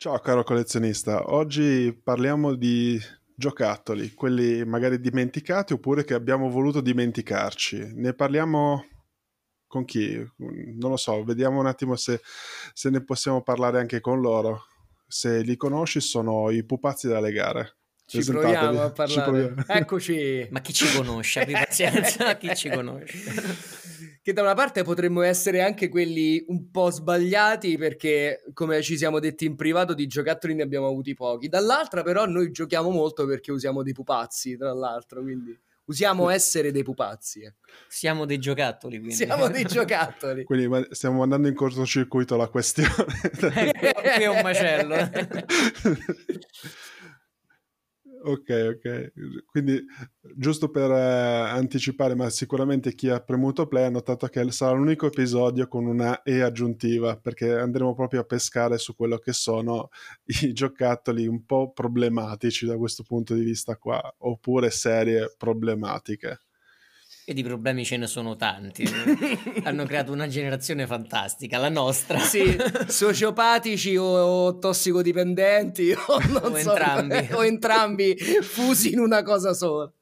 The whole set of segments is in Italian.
Ciao caro collezionista, oggi parliamo di giocattoli, quelli magari dimenticati oppure che abbiamo voluto dimenticarci. Ne parliamo con chi? Non lo so, vediamo un attimo se ne possiamo parlare anche con loro. Se li conosci sono i pupazzi da legare. Ci Presentatevi, proviamo a ci parlare. proviamo. Eccoci. Ma chi ci conosce? Abbi pazienza, chi ci conosce? Che da una parte potremmo essere anche quelli un po' sbagliati perché, come ci siamo detti in privato, di giocattoli ne abbiamo avuti pochi. Dall'altra però noi giochiamo molto perché usiamo dei pupazzi, tra l'altro, quindi usiamo essere dei pupazzi. Ecco. Siamo dei giocattoli, quindi. Siamo dei giocattoli. Quindi stiamo andando in cortocircuito la questione. Qui è un macello. Ok, quindi giusto per anticipare, ma sicuramente chi ha premuto play ha notato che sarà l'unico episodio con una E aggiuntiva, perché andremo proprio a pescare su quello che sono i giocattoli un po' problematici da questo punto di vista qua, oppure serie problematiche. E di problemi ce ne sono tanti. Hanno creato una generazione fantastica, la nostra. Sì, sociopatici o tossicodipendenti o non O so, entrambi. o entrambi fusi in una cosa sola.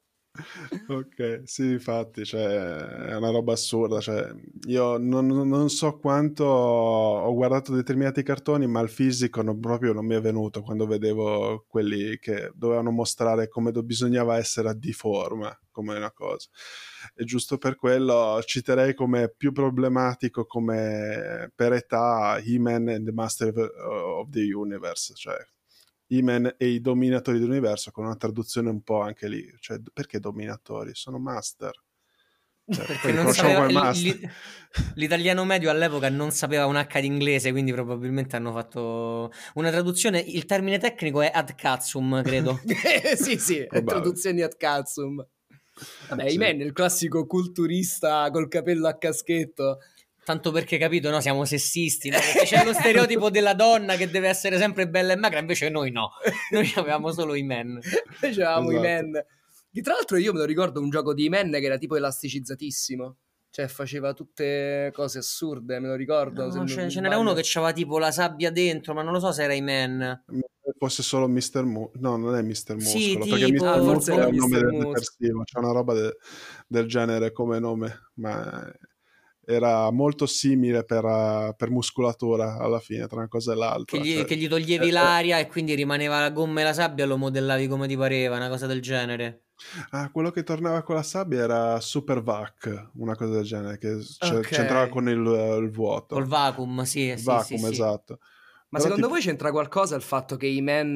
Ok, sì, infatti, cioè, è una roba assurda. Cioè, io non so quanto ho guardato determinati cartoni, ma il fisico proprio non mi è venuto quando vedevo quelli che dovevano mostrare come bisognava essere a di forma, come una cosa. E giusto per quello citerei come più problematico come per età He-Man and the Master of the Universe, cioè He-Man e i dominatori dell'universo, con una traduzione un po' anche lì, cioè perché dominatori? Sono master, cioè, Perché li non conosciamo sapeva, come master. l'italiano medio all'epoca non sapeva un H di inglese, quindi probabilmente hanno fatto una traduzione. Il termine tecnico è ad cazzum, credo. Sì, traduzioni ad cazzum. Vabbè, Sì. He-Man è il classico culturista col capello a caschetto. Tanto perché, capito, no? Siamo sessisti, no? Perché c'è lo stereotipo della donna che deve essere sempre bella e magra, invece noi no. Noi avevamo solo i men. Noi c'avevamo Esatto. He-Man. Che tra l'altro io me lo ricordo un gioco di He-Man che era tipo elasticizzatissimo. Cioè faceva tutte cose assurde, me lo ricordo. No, se non mi ce n'era uno sbaglio. che c'aveva tipo la sabbia dentro, ma non lo so se era i men. Fosse solo Mr. no, non è Mr. Sì, Muscolo, perché tipo... Mr. forse Muscolo era è un nome Mr. del Muscolo. detersivo, c'è una roba del genere come nome, ma era molto simile per muscolatura alla fine, tra una cosa e l'altra. Che gli toglievi l'aria e quindi rimaneva la gomma e la sabbia, lo modellavi come ti pareva, una cosa del genere. Quello che tornava con la sabbia era Super Vac, una cosa del genere, che Ok. c'entrava con il vuoto. Col vacuum, sì, Il sì, sì, vacuum, sì. esatto. Ma Però secondo tipo, voi c'entra qualcosa il fatto che He-Man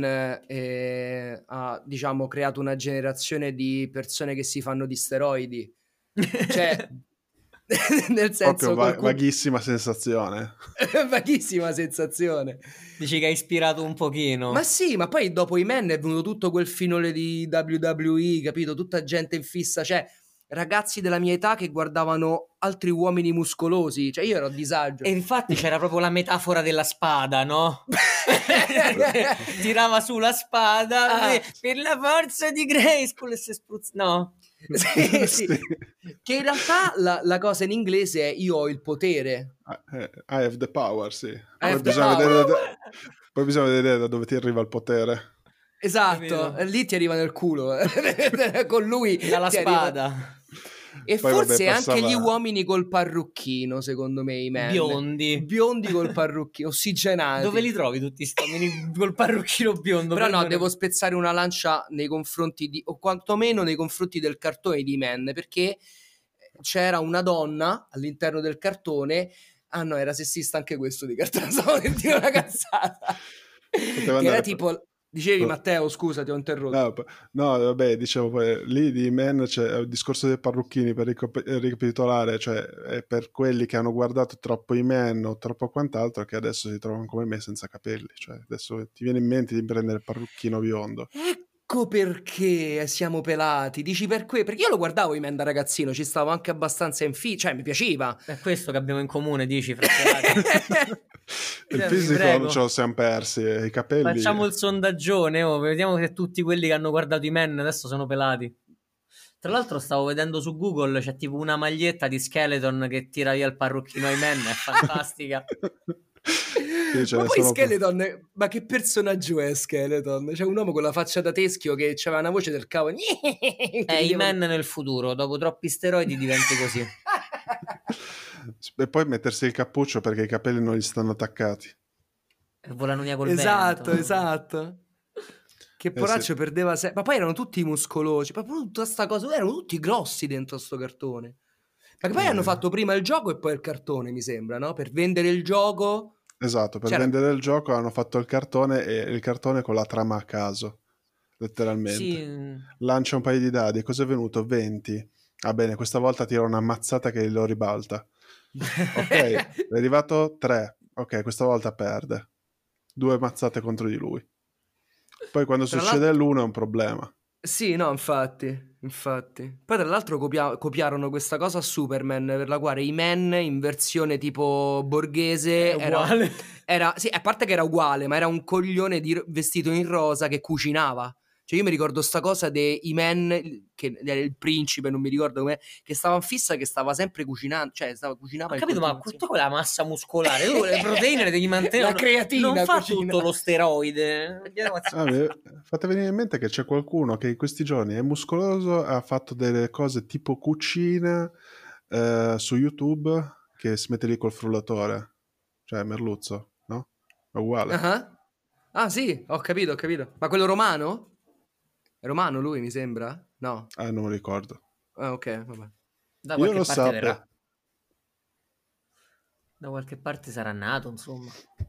ha, diciamo, creato una generazione di persone che si fanno di steroidi? Cioè, nel proprio senso, vaghissima sensazione. vaghissima sensazione. Dici che ha ispirato un pochino. Ma sì, ma poi dopo He-Man è venuto tutto quel filone di WWE, capito? Tutta gente in fissa, cioè ragazzi della mia età che guardavano altri uomini muscolosi, cioè io ero a disagio. E infatti c'era proprio la metafora della spada, no? Tirava su la spada per la forza di Grayskull e si spruzza... No. Sì. Sì. Che in realtà la cosa in inglese è io ho il potere. I have the power, sì. have Poi the bisogna power. vedere poi bisogna vedere da dove ti arriva il potere. Esatto, Capito? lì ti arriva nel culo. Con lui Dalla ti arriva... spada. E Poi, forse vabbè, anche passava... gli uomini col parrucchino, secondo me, i men. Biondi. Biondi col parrucchino, ossigenati. Dove li trovi tutti sti uomini col parrucchino biondo? Però no, Prendono- devo spezzare una lancia nei confronti di, o quantomeno nei confronti del cartone di Men, perché c'era una donna all'interno del cartone. Ah no, era sessista anche questo di cartone, stavo per dire una cazzata. Poteva Che era andare tipo... Dicevi Matteo, scusa, ti ho interrotto. No, vabbè, dicevo poi, lì di Men c'è il discorso dei parrucchini per ricapitolare, cioè è per quelli che hanno guardato troppo i Men o troppo quant'altro che adesso si trovano come me senza capelli, cioè adesso ti viene in mente di prendere il parrucchino biondo. Ecco perché siamo pelati. Dici perché io lo guardavo i Men da ragazzino, ci stavo anche abbastanza in cioè mi piaceva. È questo che abbiamo in comune, dici, fratello. Il Vi fisico prego. ce lo siamo persi, i capelli... Facciamo il sondaggione, vediamo se tutti quelli che hanno guardato i Men adesso sono pelati. Tra l'altro stavo vedendo su Google, c'è tipo una maglietta di Skeleton che tira via il parrucchino ai Men, è fantastica. Sì, ce Ma ne poi sono Skeleton, ma che personaggio è Skeleton? C'è un uomo con la faccia da teschio che aveva una voce del cavolo. Che È rideva- Iman nel futuro, dopo troppi steroidi diventi così. E poi mettersi il cappuccio perché i capelli non gli stanno attaccati. E volano via col Esatto, vento. esatto. Che Eh sì. poraccio perdeva ma poi erano tutti muscolosi, ma proprio tutta sta cosa, erano tutti grossi dentro sto cartone. Ma che poi hanno fatto prima il gioco e poi il cartone, mi sembra, no? Per vendere il gioco. Esatto, per C'era... vendere il gioco hanno fatto il cartone e il cartone con la trama a caso, letteralmente. Sì, Lancia un paio di dadi, cosa è venuto? 20. Ah bene, questa volta tira una mazzata che lo ribalta. Ok, è arrivato 3. Ok, questa volta perde. 2 mazzate contro di lui. Poi quando Tra succede l'altro... l'1 è un problema. Sì, no, infatti. Poi tra l'altro copiarono questa cosa a Superman, per la quale I-Man in versione tipo borghese è uguale. sì, a parte che era uguale, ma era un coglione vestito in rosa che cucinava. Cioè io mi ricordo sta cosa di I-Man, che era il principe, non mi ricordo com'è, che stava in fissa, che stava sempre cucinando, cioè cucinava Ho in capito, ma continuazione. tutto con la massa muscolare, tu le proteine le devi mantenere. La creatina non fa cucina. tutto lo steroide. Fate venire in mente che c'è qualcuno che in questi giorni è muscoloso, ha fatto delle cose tipo cucina su YouTube, che si mette lì col frullatore. Cioè, merluzzo, no? È uguale. Ah, ah, sì, ho capito, ho capito. Ma quello romano? È romano lui, mi sembra? No. Ah, non mi ricordo. Ah, ok, vabbè. Da Io qualche lo parte verrà. sapevo. Da qualche parte sarà nato, insomma.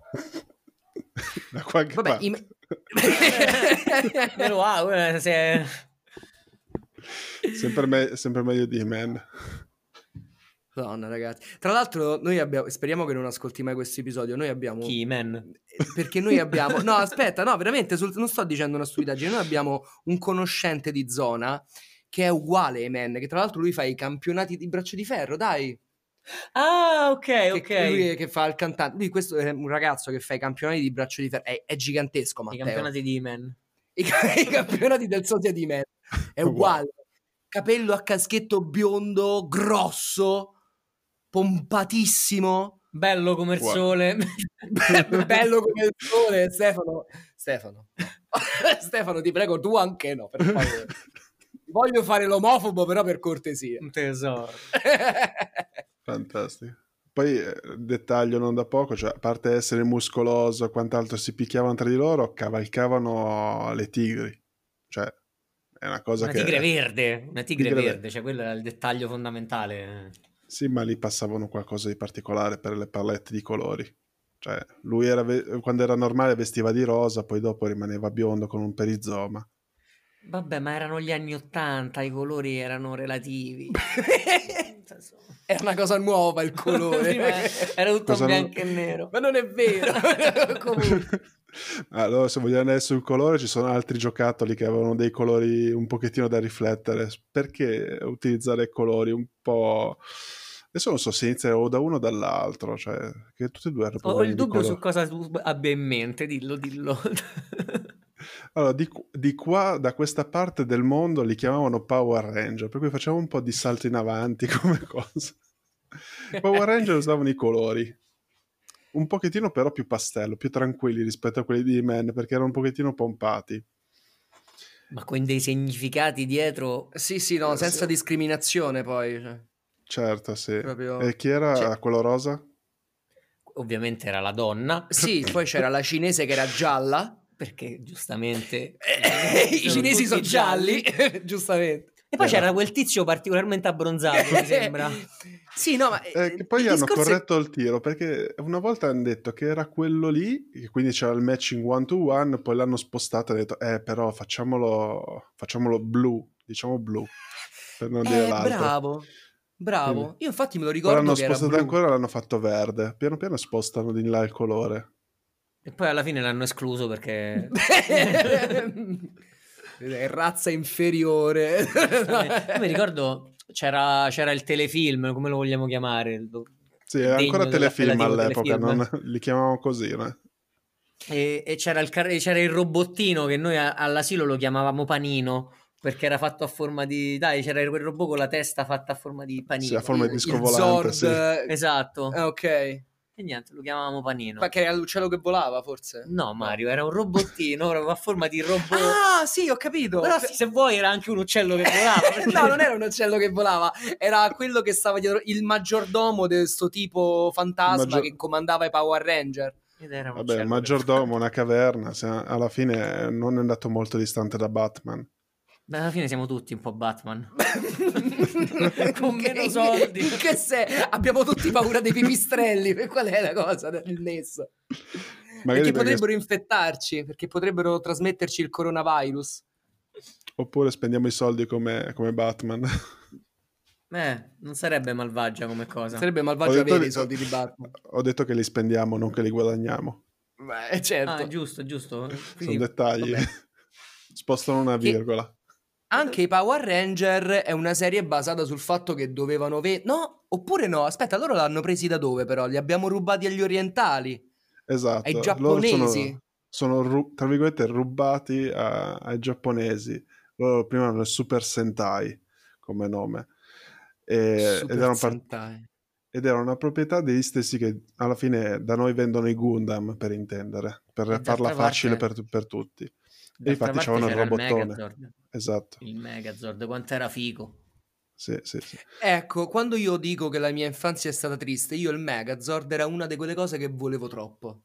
Da qualche Vabbè, parte. Me lo auguro. Sempre meglio di Man. Madonna, ragazzi. Tra l'altro, noi abbiamo. Speriamo che non ascolti mai questo episodio. Noi abbiamo. Chi, man? Perché noi abbiamo. No, aspetta, no, veramente, non sto dicendo una stupidaggine. Noi abbiamo un conoscente di zona che è uguale a Man. Che tra l'altro lui fa i campionati di braccio di ferro, dai. Ah, ok, ok. Lui che fa il cantante. Lui, questo è un ragazzo che fa i campionati di braccio di ferro. È gigantesco, I Matteo. campionati di man. I campionati del sosia di Man. È uguale. Capello a caschetto biondo, grosso, pompatissimo. Bello come il sole. Bello come il sole. Stefano. Stefano, ti prego, tu anche no, per favore. Voglio fare l'omofobo, però per cortesia. Un tesoro. Fantastico. Poi, dettaglio non da poco, cioè, a parte essere muscoloso e quant'altro, si picchiavano tra di loro, cavalcavano le tigri. Cioè, è una cosa Una che... tigre verde. Una tigre Tigre verde, cioè quello era il dettaglio fondamentale. Sì, ma lì passavano qualcosa di particolare per le palette di colori. Cioè, lui quando era normale vestiva di rosa, poi dopo rimaneva biondo con un perizoma. Vabbè, ma erano gli anni '80, i colori erano relativi. È una cosa nuova il colore. Era tutto bianco e nero. Ma non è vero. Comunque. Allora, se vogliamo andare sul colore, ci sono altri giocattoli che avevano dei colori un pochettino da riflettere. Perché utilizzare colori un po'... Adesso non so se iniziare o da uno o dall'altro, cioè, che tutti e due hanno Ho problemi il di dubbio colore. su cosa tu abbia in mente, dillo. Allora, di qua, da questa parte del mondo, li chiamavano Power Ranger, per cui facciamo un po' di salto in avanti come cosa. Power Ranger usavano i colori, un pochettino però più pastello, più tranquilli rispetto a quelli di Man, perché erano un pochettino pompati. Ma con dei significati dietro. Sì, no, senza discriminazione poi. Cioè. Certo, sì. Proprio... E chi era quello rosa? Ovviamente era la donna. Sì, poi c'era la cinese che era gialla. Perché giustamente I cinesi sono gialli, giustamente. E poi c'era quel tizio particolarmente abbronzato, mi sembra. Sì, no, ma che poi hanno corretto il tiro, perché una volta hanno detto che era quello lì, che quindi c'era il matching 1-to-1, poi l'hanno spostato e hanno detto però facciamolo blu, diciamo blu, per non dire l'altro. Bravo. Quindi, Io infatti me lo ricordo l'hanno che era spostato blu. ancora, l'hanno fatto verde. Piano piano spostano di là il colore. E poi alla fine l'hanno escluso perché è razza inferiore. Io mi ricordo c'era il telefilm, come lo vogliamo chiamare? Sì, era ancora telefilm all'epoca, telefilm. non li chiamavamo così, no? E c'era il robottino che noi all'asilo lo chiamavamo panino, perché era fatto a forma di... Dai, c'era quel robot con la testa fatta a forma di panino. Sì, a forma di disco il volante, Zord, sì. Esatto. Ok. E niente, lo chiamavamo Panino. Ma che era l'uccello che volava, forse? No, Mario, era un robottino a forma di robot. Ah, sì, ho capito. Però se vuoi era anche un uccello che volava. No, non era un uccello che volava, era quello che stava dietro, il maggiordomo di sto tipo fantasma che comandava i Power Ranger. Ed era un Vabbè, il uccello maggiordomo, una caverna, alla fine non è andato molto distante da Batman. Beh, alla fine siamo tutti un po' Batman. Con meno soldi. Che se abbiamo tutti paura dei pipistrelli, qual è la cosa del nesso? Perché potrebbero infettarci, perché potrebbero trasmetterci il coronavirus. Oppure spendiamo i soldi come Batman. Non sarebbe malvagia come cosa. Sarebbe malvagio avere i soldi di Batman. Ho detto che li spendiamo, non che li guadagniamo. Beh, certo. Ah, giusto. Quindi, sono dettagli. Spostano una virgola. Anche i Power Ranger è una serie basata sul fatto che dovevano no, oppure no, aspetta, loro l'hanno presi da dove però? Li abbiamo rubati agli orientali. Esatto. Ai giapponesi. Loro sono tra virgolette rubati ai giapponesi. Loro prima hanno il Super Sentai come nome. Ed era una proprietà degli stessi che alla fine da noi vendono i Gundam, per intendere, per farla facile per tutti. E infatti c'avevano il robottone. Esatto. Il Megazord, quanto era figo. Sì. Ecco, quando io dico che la mia infanzia è stata triste, io il Megazord era una di quelle cose che volevo troppo.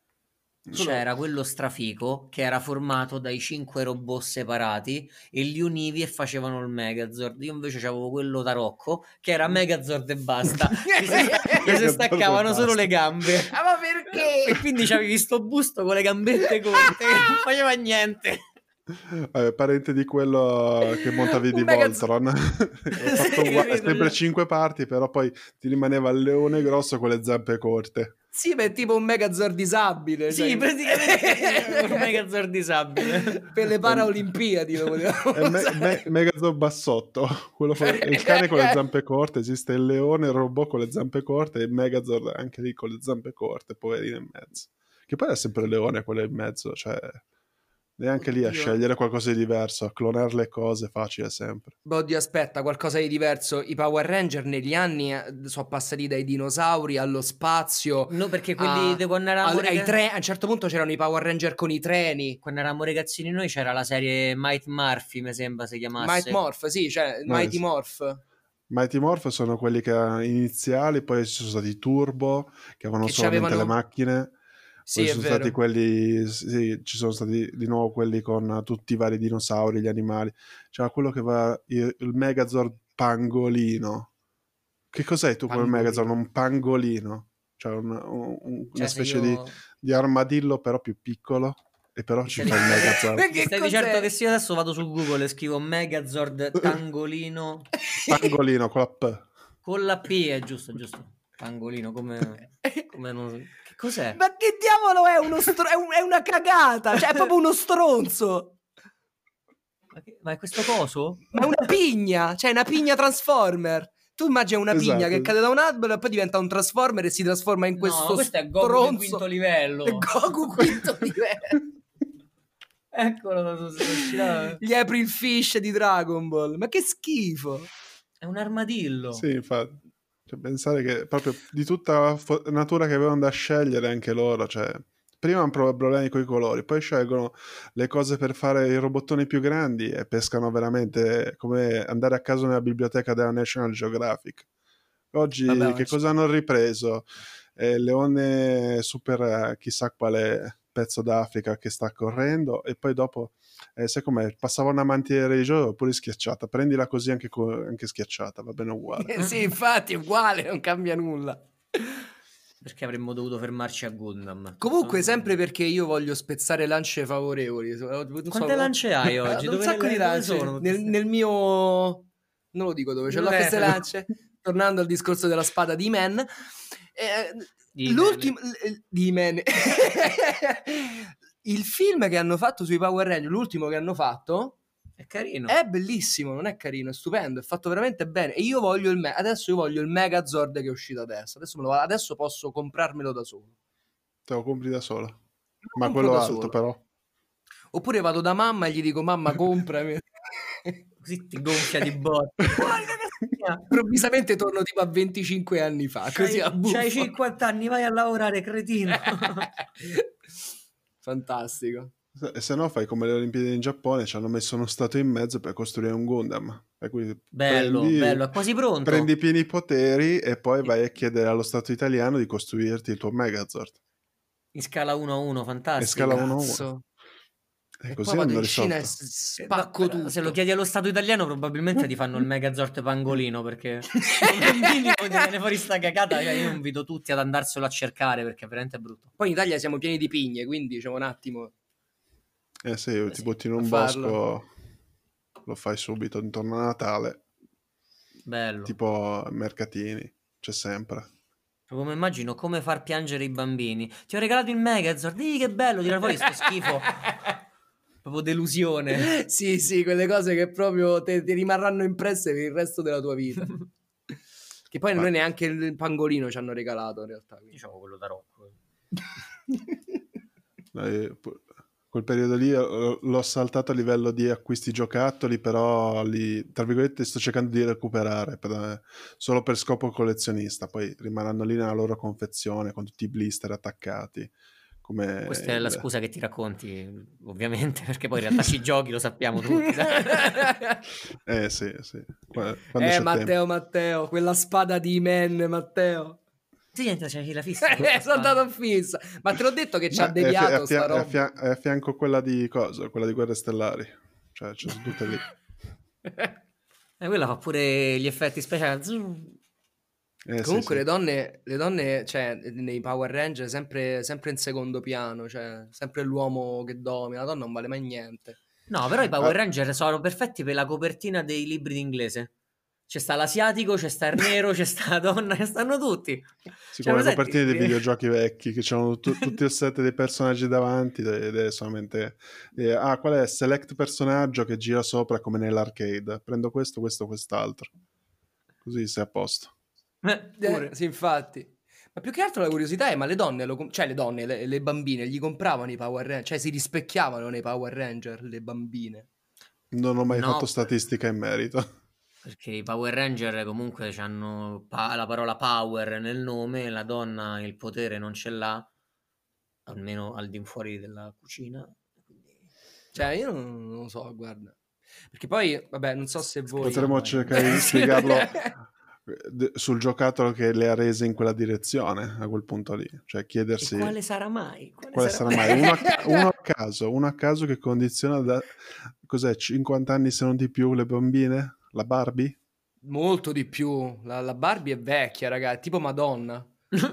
C'era quello strafico che era formato dai 5 robot separati e li univi e facevano il Megazord. Io invece avevo quello tarocco che era Megazord e basta. che si staccavano solo le gambe. Ma perché? E quindi c'avevi sto busto con le gambette corte che non faceva niente. Parente di quello che montavi di Voltron. Ho fatto sempre 5 parti, però poi ti rimaneva il leone grosso con le zampe corte. Sì, beh, tipo un Megazord disabile. Sì, cioè... praticamente un Megazord disabile. Per le Paraolimpiadi lo volevamo Megazord bassotto. Il cane con le zampe corte, esiste il leone, il robot con le zampe corte e il Megazord anche lì con le zampe corte, poverino in mezzo. Che poi è sempre il leone quello in mezzo, cioè... Neanche lì a scegliere qualcosa di diverso, a clonare le cose facile sempre. Oddio, aspetta, qualcosa di diverso. I Power Ranger negli anni sono passati dai dinosauri allo spazio. No, perché quelli quando eravamo a un certo punto c'erano i Power Ranger con i treni. Quando eravamo ragazzini noi c'era la serie Mighty Murphy, mi sembra si chiamasse. Mighty Morph, sì, cioè Mighty Morph. Mighty Morph sono quelli che iniziali, poi ci sono stati i Turbo, che avevano solamente le macchine. Sì, poi sono stati quelli, sì, ci sono stati di nuovo quelli con tutti i vari dinosauri, gli animali. C'era quello che va il Megazord pangolino. Che cos'è tu come Megazord? Un pangolino? Cioè una specie di armadillo però più piccolo. E però ci fa il Megazord. Stai di certo che sì, adesso vado su Google e scrivo Megazord tangolino. Pangolino con la P. Con la P, è giusto. Pangolino, come non... Che cos'è? Ma che diavolo è? È una cagata, cioè è proprio uno stronzo. Ma è questo coso? Ma è una pigna, cioè una pigna Transformer. Tu immagini una pigna che cade da un albero e poi diventa un Transformer e si trasforma in questo questo è Goku di quinto livello. È Goku quinto livello. Eccolo, gli April Fish di Dragon Ball. Ma che schifo. È un armadillo. Sì, infatti. Cioè, pensare che proprio di tutta la natura che avevano da scegliere anche loro, cioè prima hanno problemi con i colori, poi scelgono le cose per fare i robottoni più grandi e pescano veramente come andare a caso nella biblioteca della National Geographic. Oggi cosa hanno ripreso? Leone super chissà quale pezzo d'Africa che sta correndo e poi dopo sai com'è? Passava una mantiglia religiosa oppure schiacciata, prendila così anche schiacciata, va bene uguale. Sì, infatti è uguale, non cambia nulla. Perché avremmo dovuto fermarci a Gundam. Comunque sempre perché io voglio spezzare lance favorevoli. Quante lance hai oggi? Un sacco di lance nel mio... non lo dico dove ce l'ho queste lance. Tornando al discorso della spada di Man, l'ultimo di Man il film che hanno fatto sui Power Ranger, l'ultimo che hanno fatto, è carino, è bellissimo, non è carino, è stupendo, è fatto veramente bene. E io voglio adesso io voglio il Megazord che è uscito adesso. Adesso posso comprarmelo da solo. Te lo compri da solo? Ma quello alto solo. Però. Oppure vado da mamma e gli dico mamma comprami. così ti gonfia di botte. Improvvisamente torno tipo a 25 anni fa, così a buffo. C'hai 50 anni, vai a lavorare, cretino. Fantastico. E se no fai come le Olimpiadi in Giappone, ci hanno messo uno stato in mezzo per costruire un Gundam. E quindi Bello, è quasi pronto. Prendi i pieni poteri e poi vai a chiedere allo Stato italiano di costruirti il tuo Megazord. In scala 1-1, fantastico. In scala 1-1. E così poi vado hanno in Cina e risolto. spacco tutto. Se lo chiedi allo Stato italiano probabilmente ti fanno il Megazord pangolino, perché un minimo ti viene fuori sta cagata. Io invito tutti ad andarselo a cercare perché veramente è brutto. Poi in Italia siamo pieni di pigne, quindi diciamo un attimo. Sì, ti butti in un farlo. bosco, lo fai subito intorno a Natale. Bello. Tipo mercatini, c'è sempre. Come immagino come far piangere i bambini. Ti ho regalato il Megazord, che bello, tira fuori sto schifo. Proprio delusione. Sì, quelle cose che proprio ti rimarranno impresse per il resto della tua vita. Che poi noi neanche il pangolino ci hanno regalato in realtà. Diciamo quello da Rocco. Quel periodo lì l'ho saltato a livello di acquisti giocattoli, però li, tra virgolette, sto cercando di recuperare solo per scopo collezionista. Poi rimarranno lì nella loro confezione con tutti i blister attaccati. Questa è la scusa che ti racconti, ovviamente, perché poi in realtà ci giochi, lo sappiamo tutti. Sì. Matteo, quella spada di Man, Matteo. Sì, niente, c'è la fissa. Sono andato a fissa. Ma te l'ho detto che ci ha deviato sta roba. È a fianco quella di cosa? Quella di Guerre Stellari. Cioè, sono tutte lì. Quella fa pure gli effetti speciali. Comunque sì. le donne, cioè, nei Power Ranger sempre in secondo piano, cioè sempre l'uomo che domina, la donna non vale mai niente. No, però i Power Ranger sono perfetti per la copertina dei libri d'inglese. C'è sta l'asiatico, c'è sta il nero, c'è sta la donna, ci stanno tutti. Sì, come le copertine dei videogiochi vecchi, che c'erano tutti il set dei personaggi davanti ed è solamente qual è? Select personaggio che gira sopra come nell'arcade. Prendo questo, quest'altro. Così sei a posto. Sì, infatti. Ma più che altro la curiosità è, ma le donne, le bambine, gli compravano i Power Ranger? Cioè si rispecchiavano nei Power Ranger, le bambine? Non ho mai fatto statistica in merito. Perché i Power Ranger comunque hanno la parola power nel nome, la donna il potere non ce l'ha, almeno al di fuori della cucina. Quindi... Cioè io non lo so, guarda. Perché poi, vabbè, non so se voi... Potremmo cercare di spiegarlo sul giocattolo che le ha rese in quella direzione, a quel punto lì. Cioè chiedersi... E quale sarà mai? Quale sarà mai? Uno a caso che condiziona da... Cos'è? 50 anni se non di più le bambine? La Barbie? Molto di più. La Barbie è vecchia, ragazzi, tipo Madonna. In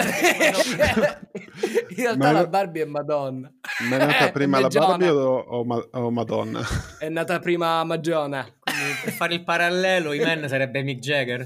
realtà la Barbie è Madonna. Ma è nata prima la Barbie o Madonna? È nata prima Magiona. Quindi, per fare il parallelo, Iman sarebbe Mick Jagger.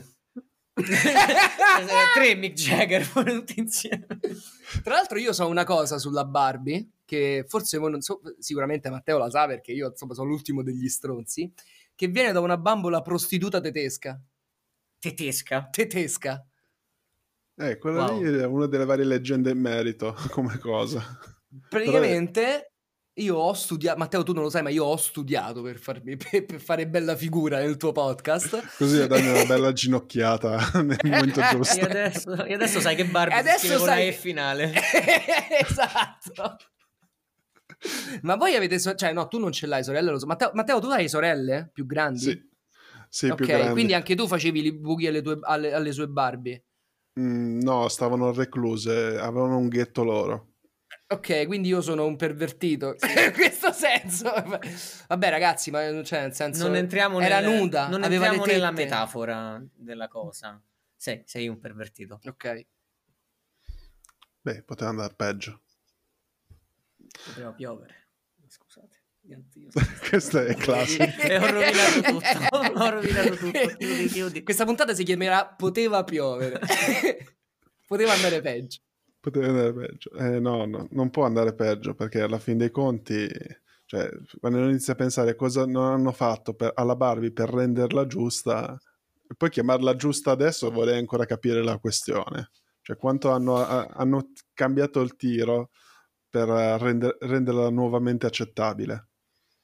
3 Mick Jagger tutti insieme. Tra l'altro io so una cosa sulla Barbie, che forse voi non so, sicuramente Matteo la sa perché io insomma sono l'ultimo degli stronzi, che viene da una bambola prostituta tedesca. Tedesca. Quella lì è una delle varie leggende in merito come cosa. Praticamente io ho studiato, Matteo tu non lo sai, ma io ho studiato per fare bella figura nel tuo podcast. Così a darmi una bella ginocchiata nel momento giusto. E adesso sai che Barbie adesso con la E finale. Esatto. Ma voi avete cioè no, tu non ce l'hai sorelle, lo so. Matteo tu hai sorelle più grandi? Sì, più grandi. Quindi anche tu facevi i buchi alle sue Barbie? No, stavano recluse, avevano un ghetto loro. Ok, quindi io sono un pervertito in questo senso. Vabbè ragazzi, ma cioè nel senso non entriamo era nuda, non aveva entriamo le tette. nella metafora della cosa. Sei un pervertito. Ok. Beh, poteva andare peggio. Poteva piovere. Scusate. Questo è classico. E ho rovinato tutto. Chiudi. Questa puntata si chiamerà Poteva piovere. Poteva andare peggio. No, non può andare peggio, perché alla fin dei conti, cioè, quando inizi a pensare cosa non hanno fatto alla Barbie per renderla giusta, e poi chiamarla giusta adesso, vorrei ancora capire la questione. Cioè, quanto hanno cambiato il tiro per renderla nuovamente accettabile.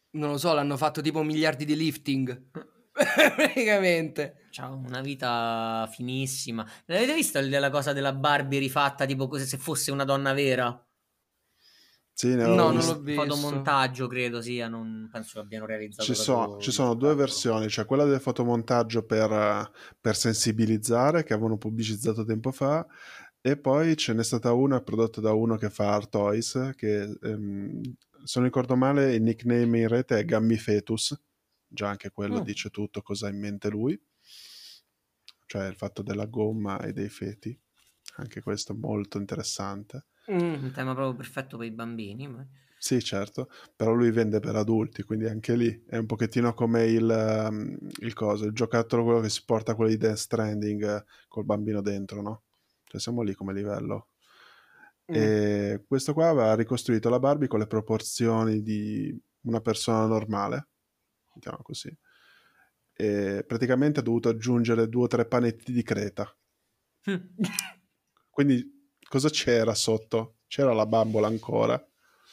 Non lo so, l'hanno fatto tipo miliardi di lifting. Praticamente. C'ha una vita finissima. L'avete visto la cosa della Barbie rifatta tipo così se fosse una donna vera? Sì, ne ho No, non visto. l'ho visto. Fotomontaggio credo sia, non penso che abbiano realizzato da Ci soli. sono due versioni, c'è quella del fotomontaggio per sensibilizzare, che avevano pubblicizzato tempo fa, e poi ce n'è stata una prodotta da uno che fa Art Toys, che se non ricordo male il nickname in rete è Gummy Fetus, già anche quello dice tutto cosa ha in mente lui, cioè il fatto della gomma e dei feti, anche questo è molto interessante. Un tema proprio perfetto per i bambini. Sì, certo, però lui vende per adulti, quindi anche lì è un pochettino come il coso, il giocattolo, quello che si porta, quello di Death Stranding col bambino dentro, no? Cioè siamo lì come livello. E questo qua aveva ricostruito la Barbie con le proporzioni di una persona normale, diciamo così, e praticamente ha dovuto aggiungere 2 o 3 panetti di creta. Quindi cosa c'era sotto? C'era la bambola ancora.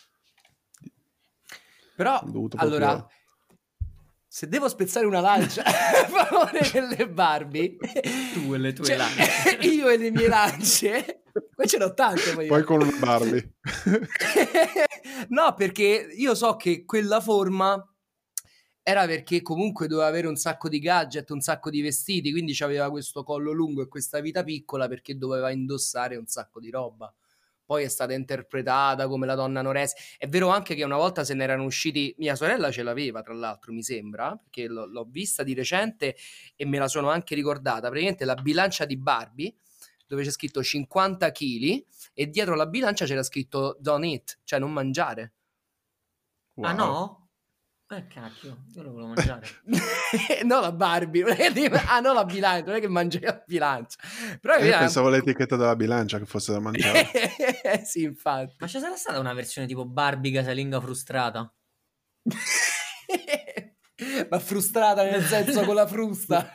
Però, allora, se devo spezzare una lancia a favore delle Barbie, tu e le tue lance, io e le mie lance, poi ce n'ho tante. Poi con una Barbie. No, perché io so che quella forma era perché comunque doveva avere un sacco di gadget, un sacco di vestiti, quindi c'aveva questo collo lungo e questa vita piccola perché doveva indossare un sacco di roba. Poi è stata interpretata come la donna Noresi. È vero anche che una volta se ne erano usciti, mia sorella ce l'aveva tra l'altro, mi sembra, perché l'ho vista di recente e me la sono anche ricordata, praticamente la bilancia di Barbie, dove c'è scritto 50 kg e dietro la bilancia c'era scritto don't eat, cioè non mangiare. Wow. Ah no? Cacchio, io lo volevo mangiare. No, la Barbie. Ah, no, la bilancia, non è che mangi la bilancia. Però io pensavo l'etichetta della bilancia che fosse da mangiare. Sì, infatti. Ma ci sarà stata una versione tipo Barbie casalinga frustrata? Ma frustrata nel senso con la frusta.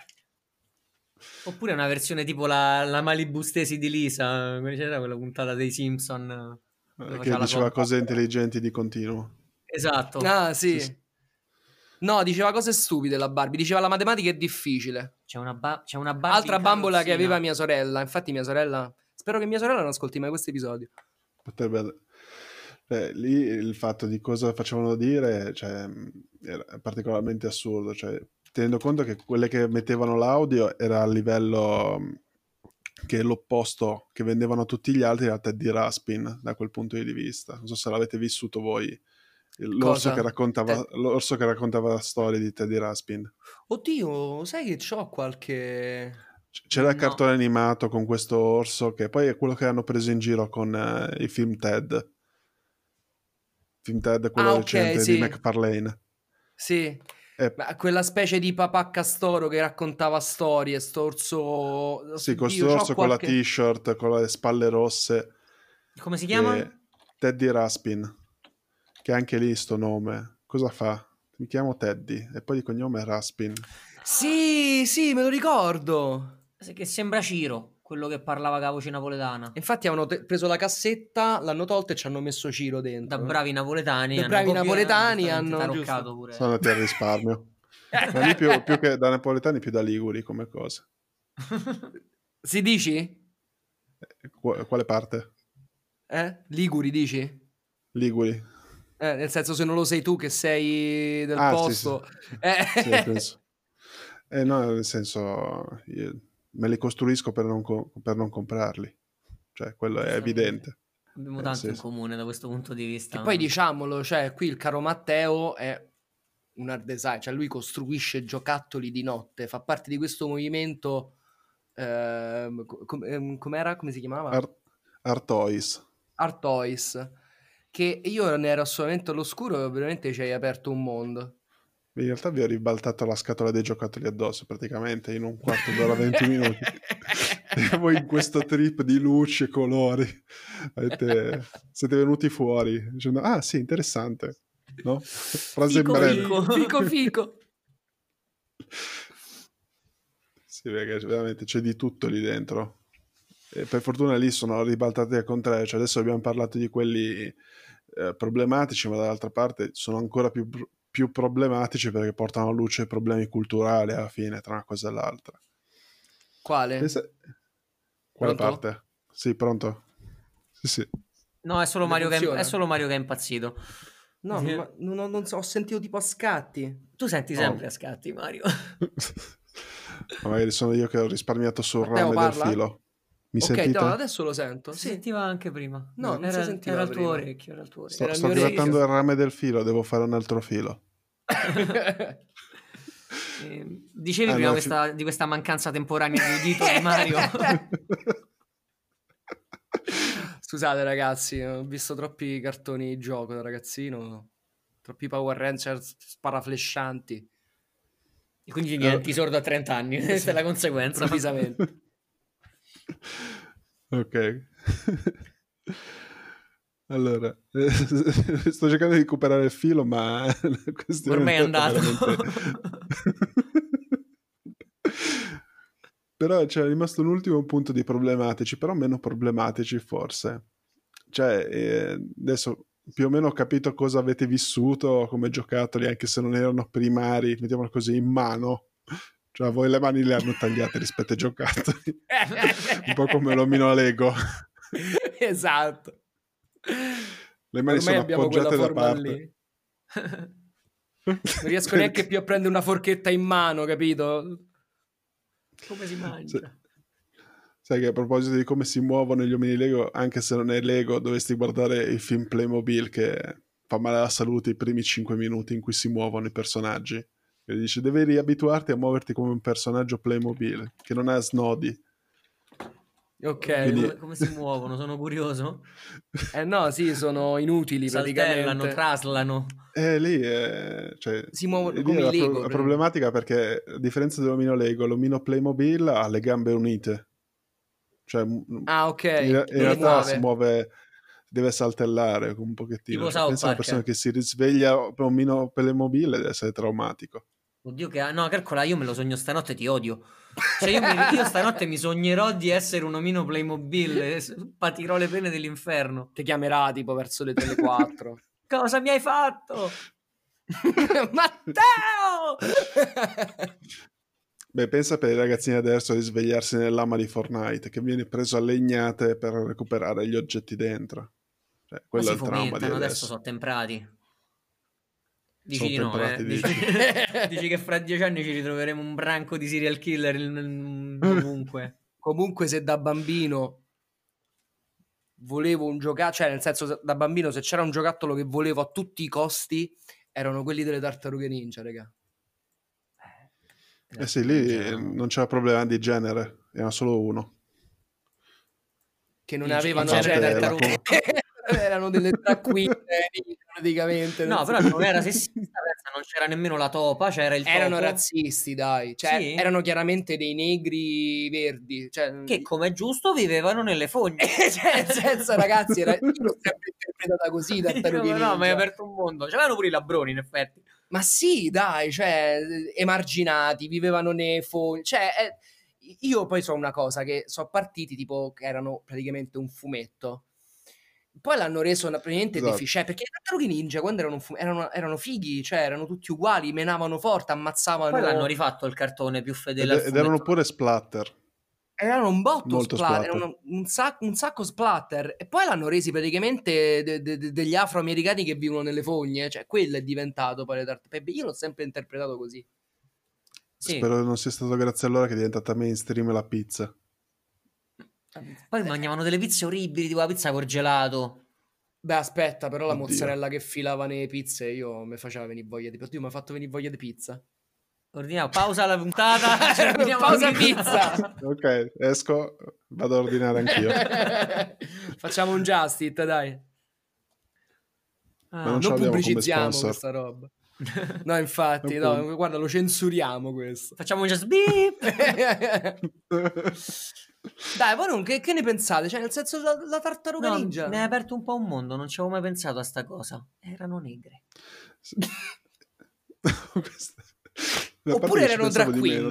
Oppure una versione tipo la Malibu Stesi di Lisa, c'era quella puntata dei Simpson che diceva cose intelligenti di continuo. Esatto. Ah, sì. No, diceva cose stupide la Barbie, diceva la matematica è difficile. C'è una Barbie altra bambola carrozzina che aveva mia sorella. Infatti mia sorella, spero che mia sorella non ascolti mai questo episodio. Potrebbe... lì il fatto di cosa facevano dire, cioè, era particolarmente assurdo, cioè, tenendo conto che quelle che mettevano l'audio era a livello che è l'opposto che vendevano tutti gli altri, era Teddy Ruspin da quel punto di vista. Non so se l'avete vissuto voi, l'orso che raccontava la storia di Teddy Ruspin. Oddio, sai che c'ho qualche... C'era il cartone animato con questo orso che poi è quello che hanno preso in giro con i film Ted. Film Ted, quello recente sì. di McFarlane. Sì, ma quella specie di papà castoro che raccontava storie, sto orso... Sì, questo orso con la t-shirt, con le spalle rosse. Come si chiama? Teddy Ruspin, che anche lì sto nome. Cosa fa? Mi chiamo Teddy e poi di cognome è Ruspin. Sì, me lo ricordo. Che sembra Ciro, quello che parlava con la voce napoletana. Infatti avevano preso la cassetta, l'hanno tolta e ci hanno messo Ciro dentro. Da bravi napoletani. Da bravi napoletani hanno taroccato pure. Sono andati al risparmio. Ma lì più che da napoletani, più da liguri come cosa. Si dici? Quale parte? Liguri dici? Liguri. Nel senso, se non lo sei tu che sei del posto. Sì. Sì, penso. No, nel senso, me li costruisco per non comprarli. Cioè, quello è evidente. Abbiamo tanto in comune da questo punto di vista. E poi diciamolo, cioè, qui il caro Matteo è un art design, cioè lui costruisce giocattoli di notte, fa parte di questo movimento, com'era? Come si chiamava? Art Toys. Art Toys, che io ne ero assolutamente all'oscuro e veramente ci hai aperto un mondo. In realtà vi ho ribaltato la scatola dei giocattoli addosso praticamente in un quarto d'ora, 20 minuti. E voi in questo trip di luci e colori siete venuti fuori dicendo sì, interessante, no? Frase in breve. Fico. Sì, perché veramente c'è di tutto lì dentro. E per fortuna lì sono ribaltati al contrario, cioè adesso abbiamo parlato di quelli problematici, ma dall'altra parte sono ancora più più problematici perché portano a luce problemi culturali alla fine tra una cosa e l'altra. Quale? Quale Pronto? parte? Sì, pronto? Sì. No, è solo Le Mario funziona? è solo Mario che è impazzito. No, ma non so, ho sentito tipo a scatti. Tu senti sempre a scatti, Mario. Ma magari sono io che ho risparmiato sul Matteo rame del parla? filo. Mi Ok, sentite? no, adesso lo sento. Si Sì. sentiva anche prima. No, non si Era sentiva il tuo prima. orecchio, era il tuo orecchio. Era il Sto mio grattando orecchio. il rame del filo, devo fare un altro filo. Dicevi Ah, prima no, di questa mancanza temporanea di udito di Mario. Scusate ragazzi, ho visto troppi cartoni di gioco da ragazzino, troppi Power Rangers sparaflescianti. E quindi diventi sordo a 30 anni, questa è la conseguenza. Improvvisamente. Ok. Allora, sto cercando di recuperare il filo, ma la questione Ormai è andato. Però c'è rimasto un ultimo punto di problematici, però meno problematici forse. Cioè, adesso più o meno ho capito cosa avete vissuto come giocattoli, anche se non erano primari, mettiamolo così, in mano. Cioè, voi le mani le hanno tagliate rispetto ai giocattoli. Un po' come l'omino Lego. Esatto. Le mani Ormai sono abbiamo quella appoggiate da forma parte. lì. Non riesco neanche più a prendere una forchetta in mano, capito? Come si mangia? Sai che a proposito di come si muovono gli omini Lego, anche se non è Lego, dovresti guardare il film Playmobil che fa male alla salute i primi 5 minuti in cui si muovono i personaggi. E dice, devi riabituarti a muoverti come un personaggio Playmobil, che non ha snodi. Ok. Quindi... Come si muovono? Sono curioso. No, sì, sono inutili Saltellano, praticamente. traslano. lì, Si muovono lì come è i Lego. la problematica perché, a differenza dell'omino Lego, l'omino Playmobil ha le gambe unite. Cioè, Ah, ok. in Non le realtà si muove. muove, deve saltellare un pochettino. Tipo Cioè, South pensa a una Park. persona che si risveglia per un omino Playmobil deve essere traumatico. Oddio no, calcola, io me lo sogno stanotte, ti odio. Cioè io stanotte mi sognerò di essere un omino Playmobil, patirò le pene dell'inferno. Ti chiamerà tipo verso le 4. Cosa mi hai fatto? Matteo! Beh, pensa per i ragazzini adesso di svegliarsi nel lama di Fortnite, che viene preso a legnate per recuperare gli oggetti dentro. Cioè, Ma quello è si il trauma di fomentano, adesso adesso. sono temprati. Dici Sono di no, temperati, Dici che fra 10 anni ci ritroveremo un branco di serial killer ovunque. Comunque se da bambino volevo un giocattolo, cioè nel senso da bambino se c'era un giocattolo che volevo a tutti i costi erano quelli delle tartarughe ninja, raga. Sì, lì non c'era problema di genere, era solo uno. Che non Il avevano genere genere, erano delle drag queen praticamente. No, però non era sessista, non c'era nemmeno la topa, c'era il erano topo. razzisti, dai, cioè Sì? erano chiaramente dei negri verdi, cioè Che come è giusto vivevano nelle fogne. cioè, nel senso, ragazzi, io l'ho sempre interpretata così, tartarughe ninja. No, ma hai aperto un mondo. C'erano pure i labbroni, in effetti. Ma sì, dai, cioè, emarginati, vivevano nei fogni, cioè, io poi so una cosa, che sono partiti tipo che erano praticamente un fumetto, poi l'hanno reso praticamente Esatto. deficiente, perché i tartarughi ninja quando erano fighi, cioè erano tutti uguali, menavano forte, ammazzavano... Poi l'hanno rifatto il cartone più fedele al Ed fumetto. erano pure splatter. Erano un botto Molto splatter, splatter. erano un sacco splatter, e poi l'hanno resi praticamente degli afroamericani che vivono nelle fogne, cioè quello è diventato poi le tartarughe. Io l'ho sempre interpretato così. Sì. Spero non sia stato grazie a loro che è diventata mainstream la pizza. Poi mangiavano delle pizze orribili, tipo la pizza col gelato. Beh, aspetta, però la Oddio. mozzarella che filava nelle pizze io mi faceva venire voglia di pizza. Oddio, mi ha fatto venire voglia di pizza. Ordiniamo, pausa la puntata. Pausa pizza. Ok, esco, vado a ordinare anch'io. Facciamo un Just It, dai. Ma non ce Non l'abbiamo come pubblicizziamo sponsor. questa roba. No, infatti, no, guarda, lo censuriamo questo. Facciamo un just beep. Dai, voi non, che ne pensate? Cioè, nel senso, la tartaruga No, ninja. mi hai aperto un po' un mondo, non ci avevo mai pensato a sta cosa. Erano negre. Oppure erano drag queen.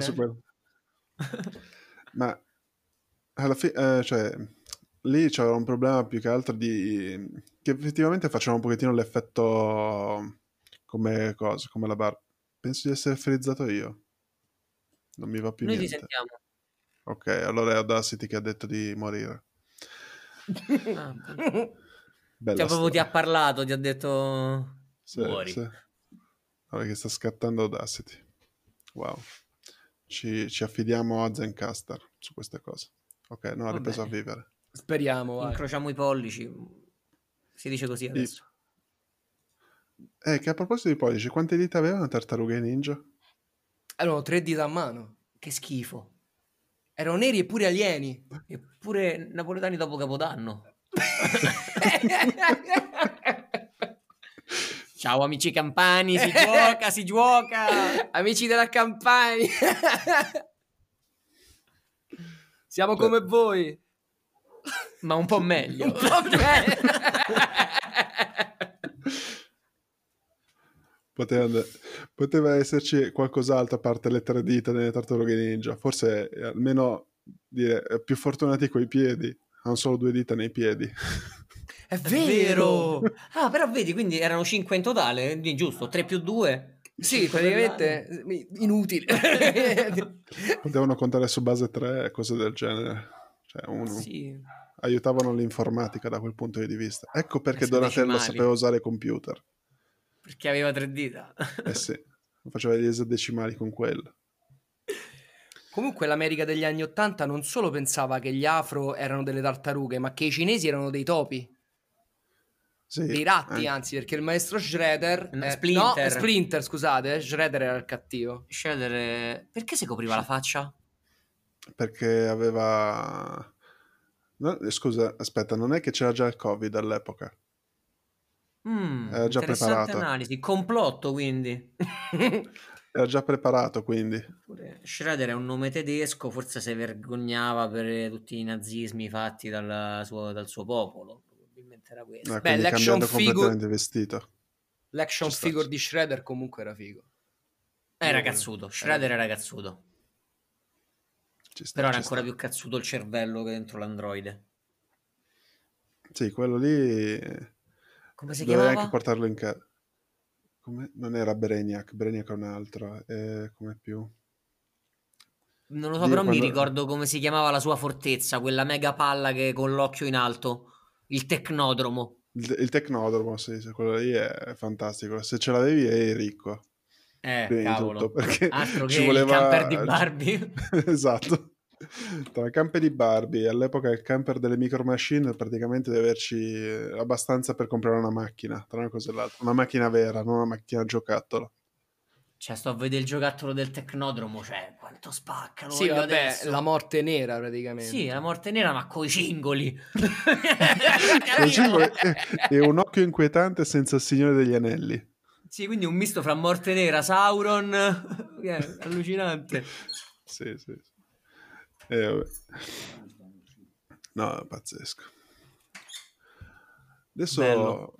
Ma alla fine, cioè, lì c'era un problema più che altro di che effettivamente faceva un pochettino l'effetto, come cosa, come la Barbie. Penso di essere frizzato io. Non mi va più Noi ti niente. sentiamo. Ok, allora è Audacity che ha detto di morire. Ah, Bella proprio ti storia. ha parlato, ti ha detto Sì, muori. sì. Ora che sta scattando Audacity. Wow. Ci affidiamo a Zencaster su queste cose. Ok, no, ha Va ripreso a bene. vivere. Speriamo, vai. Incrociamo i pollici. Si dice così adesso. Che a proposito di pollici, quante dita avevano tartarughe ninja? Erano 3 dita a mano. Che schifo. Erano neri e pure alieni. Eppure napoletani dopo Capodanno. Ciao amici campani, si gioca, si gioca. Amici della Campania. Siamo come voi. Ma un po' meglio. Un po' bene. Poteva esserci qualcos'altro a parte le 3 dita nelle tartarughe ninja. Forse almeno dire più fortunati coi piedi. Hanno solo 2 dita nei piedi. È vero. Ah, però vedi, quindi erano 5 in totale, quindi giusto, 3 più 2. Sì, praticamente inutile. Potevano contare su base 3 e cose del genere. Cioè, Sì. aiutavano l'informatica da quel punto di vista. Ecco perché Essere Donatello decimali. sapeva usare computer. Perché aveva 3 dita. Eh sì, faceva gli esadecimali con quello. Comunque l'America degli anni '80 non solo pensava che gli afro erano delle tartarughe, ma che i cinesi erano dei topi. Sì, Dei ratti, anzi, perché il maestro Shredder... No, Splinter. Splinter. Splinter, scusate, Shredder era il cattivo. Shredder, perché si copriva la faccia? Perché aveva... No, scusa, aspetta, non è che c'era già il Covid all'epoca? Era già Interessante preparato. analisi. Complotto, quindi. Era già preparato, quindi. Shredder è un nome tedesco, forse si vergognava per tutti i nazismi fatti dal suo popolo. Probabilmente era questo. Beh, Quindi l'action cambiando figure... completamente vestito. L'action Ci sta, figure ci di Shredder comunque era figo. È ragazzuto, Shredder è ragazzuto. Ci sta, Però era ci ancora sta. più cazzuto il cervello che dentro l'androide. Sì, quello lì... Come si dovevi chiamava? anche portarlo in casa. Non era Brainiac è un altro. Come più... Non lo so, Dio, però mi quando- ricordo come si chiamava la sua fortezza, quella mega palla che con l'occhio in alto, il tecnodromo. Il tecnodromo, sì, quello lì è fantastico. Se ce l'avevi eri ricco. Prima di tutto, Cavolo. perché Altro che ci il camper di voleva... Barbie. Esatto. Tra il camper di Barbie e all'epoca il camper delle Micro Machine praticamente devi averci abbastanza per comprare una macchina, tra una cosa e l'altra. Una macchina vera, non una macchina giocattolo. Cioè, sto a vedere il giocattolo del tecnodromo, cioè, quanto spacca, lo Sì, voglio vabbè, adesso. la morte nera praticamente. Sì, la morte nera, ma coi cingoli. E un occhio inquietante senza il Signore degli Anelli. Sì, quindi un misto fra morte nera, Sauron, allucinante. Sì. Vabbè. No, è pazzesco. Adesso, Bello.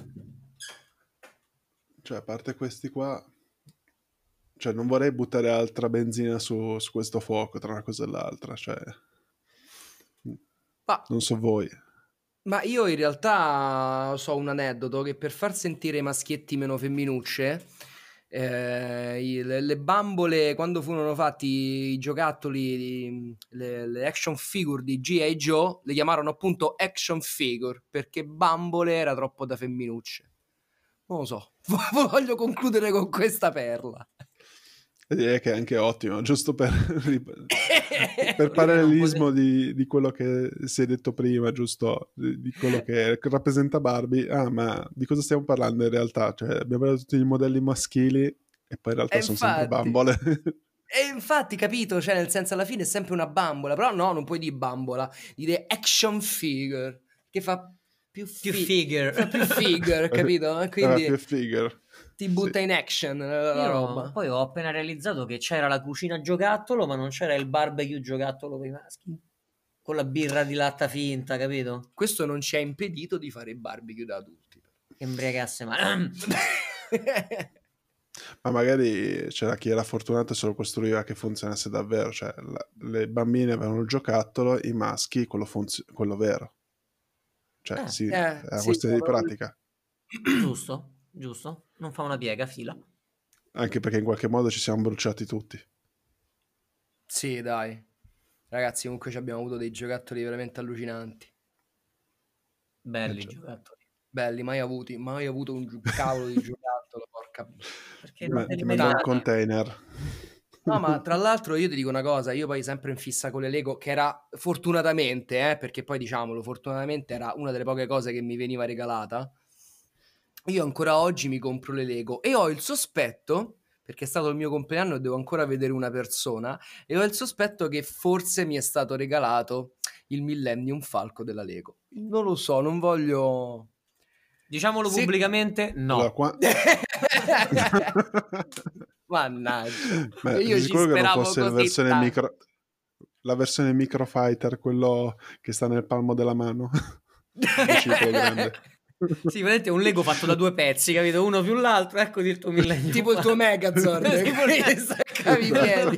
cioè, a parte questi qua, cioè, non vorrei buttare altra benzina su questo fuoco tra una cosa e l'altra, cioè, non so voi. Ma io in realtà so un aneddoto che per far sentire i maschietti meno femminucce, le bambole, quando furono fatti i giocattoli, le action figure di G.I. Joe, le chiamarono appunto action figure, perché bambole era troppo da femminucce. Non lo so, voglio concludere con questa perla. Direi che è anche ottimo, giusto per parallelismo di quello che si è detto prima, giusto? Di quello che rappresenta Barbie. Ah, ma di cosa stiamo parlando in realtà? Cioè, abbiamo parlato di tutti i modelli maschili e poi in realtà sono sempre bambole. E infatti, capito? Cioè, nel senso, alla fine è sempre una bambola, però no, non puoi dire bambola, dire action figure, che fa più figure. Fa più figure, capito? Quindi più figure. ti butta in action la roba. Poi ho appena realizzato che c'era la cucina giocattolo, ma non c'era il barbecue giocattolo per i maschi. Con la birra di latta finta, capito? Questo non ci ha impedito di fare i barbecue da adulti. Che imbriagasse, ma... Ma magari c'era chi era fortunato e se lo costruiva che funzionasse davvero. Cioè, le bambine avevano il giocattolo, i maschi quello vero. Cioè, è una questione di pratica. Giusto. giusto? Non fa una piega, fila. Anche perché in qualche modo ci siamo bruciati tutti. Sì, dai. Ragazzi, comunque ci abbiamo avuto dei giocattoli veramente allucinanti. Belli giocattoli. Belli, mai avuto un cavolo di giocattolo, porca. Perché Ti mando un container. No, ma tra l'altro io ti dico una cosa, io poi sempre in fissa con le Lego, che era fortunatamente, perché poi diciamolo, fortunatamente era una delle poche cose che mi veniva regalata. Io ancora oggi mi compro le Lego e ho il sospetto, perché è stato il mio compleanno e devo ancora vedere una persona, e ho il sospetto che forse mi è stato regalato il Millennium Falcon della Lego. Non lo so, non voglio... Diciamolo pubblicamente, no. Allora, Mannaggia. Beh, Io ci sicuro che non speravo fosse così la versione Microfighter, quello che sta nel palmo della mano. Grande. Sì, veramente è un Lego fatto da 2 pezzi, capito? Uno più l'altro, eccoti il tuo Millennium. Tipo il tuo Megazord. Tipo il staccavi i piedi.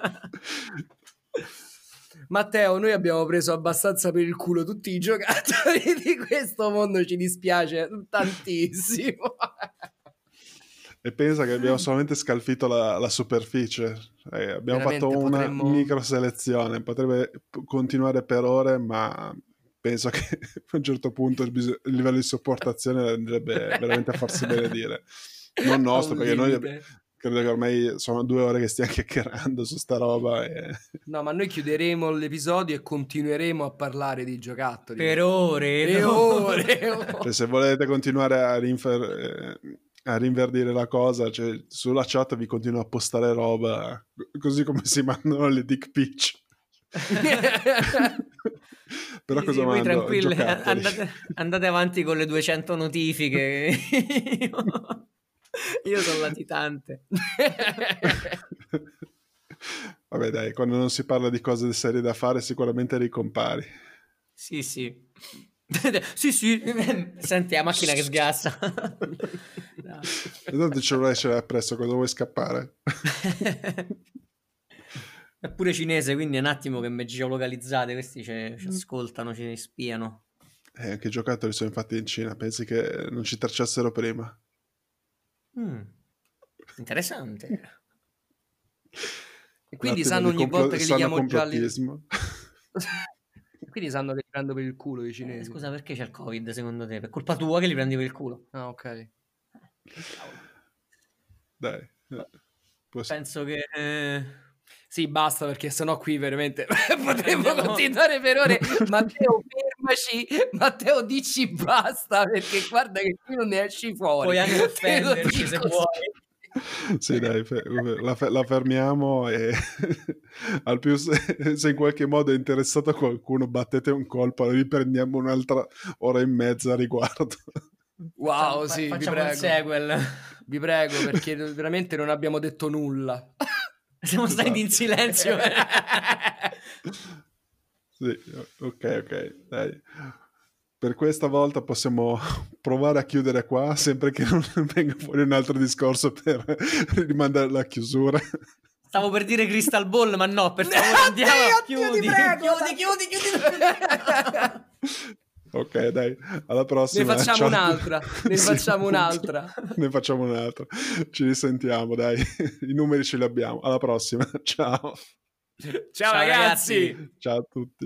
Matteo, noi abbiamo preso abbastanza per il culo tutti i giocattoli di questo mondo, ci dispiace tantissimo. E pensa che abbiamo solamente scalfito la superficie. Abbiamo Veramente fatto una micro selezione. Potrebbe continuare per ore, ma penso che a un certo punto il livello di sopportazione andrebbe veramente a farsi benedire. Non nostro, perché noi credo che ormai sono 2 ore che stiamo chiacchierando su sta roba. No, ma noi chiuderemo l'episodio e continueremo a parlare di giocattoli. Per ore. E ore. Cioè, se volete continuare a rinverdire la cosa, cioè, sulla chat vi continuo a postare roba, così come si mandano le dick pic. Però sì, cosa sì, mando? Voi tranquilli, andate avanti con le 200 notifiche. Io sono latitante. Vabbè dai, quando non si parla di cose serie da fare sicuramente ricompari. Sì. Sì. Senti la macchina che sgassa. No. E tanto il cellulare ce l'hai appresso, cosa vuoi scappare? È pure cinese, quindi è un attimo che mi geolocalizzate, questi ci ascoltano, ci spiano. Anche i giocattoli sono infatti in Cina, pensi che non ci tracciassero prima? Interessante. E quindi sanno ogni volta che li chiamo gialli. Quindi sanno che li prendo per il culo i cinesi. Scusa, perché c'è il Covid secondo te? Per colpa tua che li prendi per il culo? Ah, ok. Dai. Penso che... Sì, basta, perché sennò qui veramente potremmo continuare per ore. Matteo, fermaci. Matteo, dici basta, perché guarda che qui non ne esci fuori. Puoi anche offenderci se vuoi. Sì, dai, la fermiamo e al più se in qualche modo è interessato a qualcuno, battete un colpo, riprendiamo un'altra ora e mezza a riguardo. Wow, sì, facciamo un sequel. Vi prego, perché veramente non abbiamo detto nulla. Siamo stati in silenzio. Sì, ok, dai. Per questa volta possiamo provare a chiudere qua, sempre che non venga fuori un altro discorso per rimandare la chiusura. Stavo per dire Crystal Ball, ma no, per favore andiamo. Chiudi. Ok, dai, alla prossima. Ne facciamo un'altra. Ne facciamo un'altra. Ci risentiamo, dai. I numeri ce li abbiamo. Alla prossima. Ciao ragazzi. Ciao a tutti.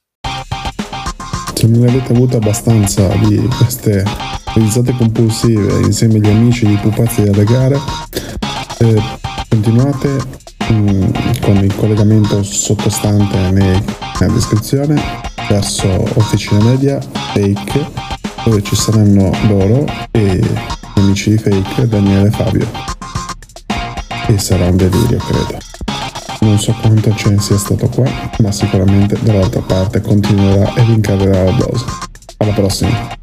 Se non avete avuto abbastanza di queste risate compulsive insieme agli amici di pupazzi delle gare, continuate con il collegamento sottostante nella descrizione verso Officina Media Fake, dove ci saranno loro e gli amici di Fake, Daniele e Fabio, e sarà un delirio, credo. Non so quanto ce ne sia stato qua, ma sicuramente dall'altra parte continuerà e rincaderà la dose. Alla prossima.